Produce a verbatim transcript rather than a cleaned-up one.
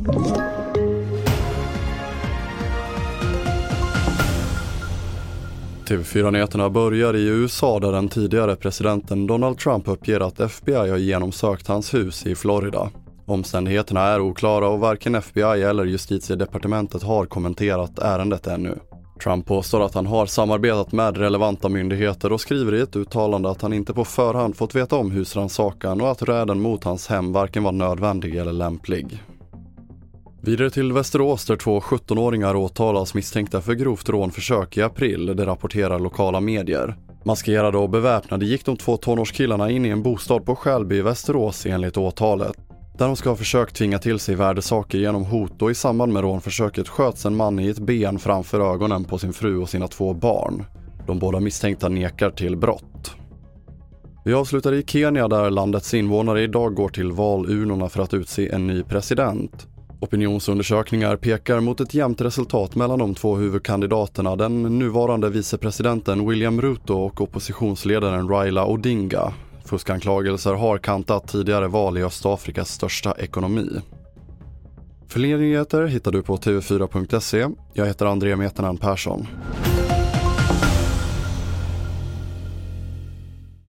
T V fyra-nyheterna börjar i U S A där den tidigare presidenten Donald Trump uppger att F B I har genomsökt hans hus i Florida. Omständigheterna är oklara och varken F B I eller justitiedepartementet har kommenterat ärendet ännu. Trump påstår att han har samarbetat med relevanta myndigheter och skriver i ett uttalande att han inte på förhand fått veta om husrannsakan och att räden mot hans hem varken var nödvändig eller lämplig. Vidare till Västerås där två sjuttonåringar åtalas misstänkta för grovt rånförsök i april, det rapporterar lokala medier. Maskerade och beväpnade gick de två tonårskillarna in i en bostad på Skälby i Västerås enligt åtalet. Där de ska ha försökt tvinga till sig värdesaker genom hot och i samband med rånförsöket sköts en man i ett ben framför ögonen på sin fru och sina två barn. De båda misstänkta nekar till brott. Vi avslutar i Kenya där landets invånare idag går till valurnorna för att utse en ny president. Opinionsundersökningar pekar mot ett jämnt resultat mellan de två huvudkandidaterna, den nuvarande vicepresidenten William Ruto och oppositionsledaren Raila Odinga. Fuskanklagelser har kantat tidigare val i Östafrikas största ekonomi. Fler nyheter hittar du på t v fyra punkt se. Jag heter André Metanan Persson.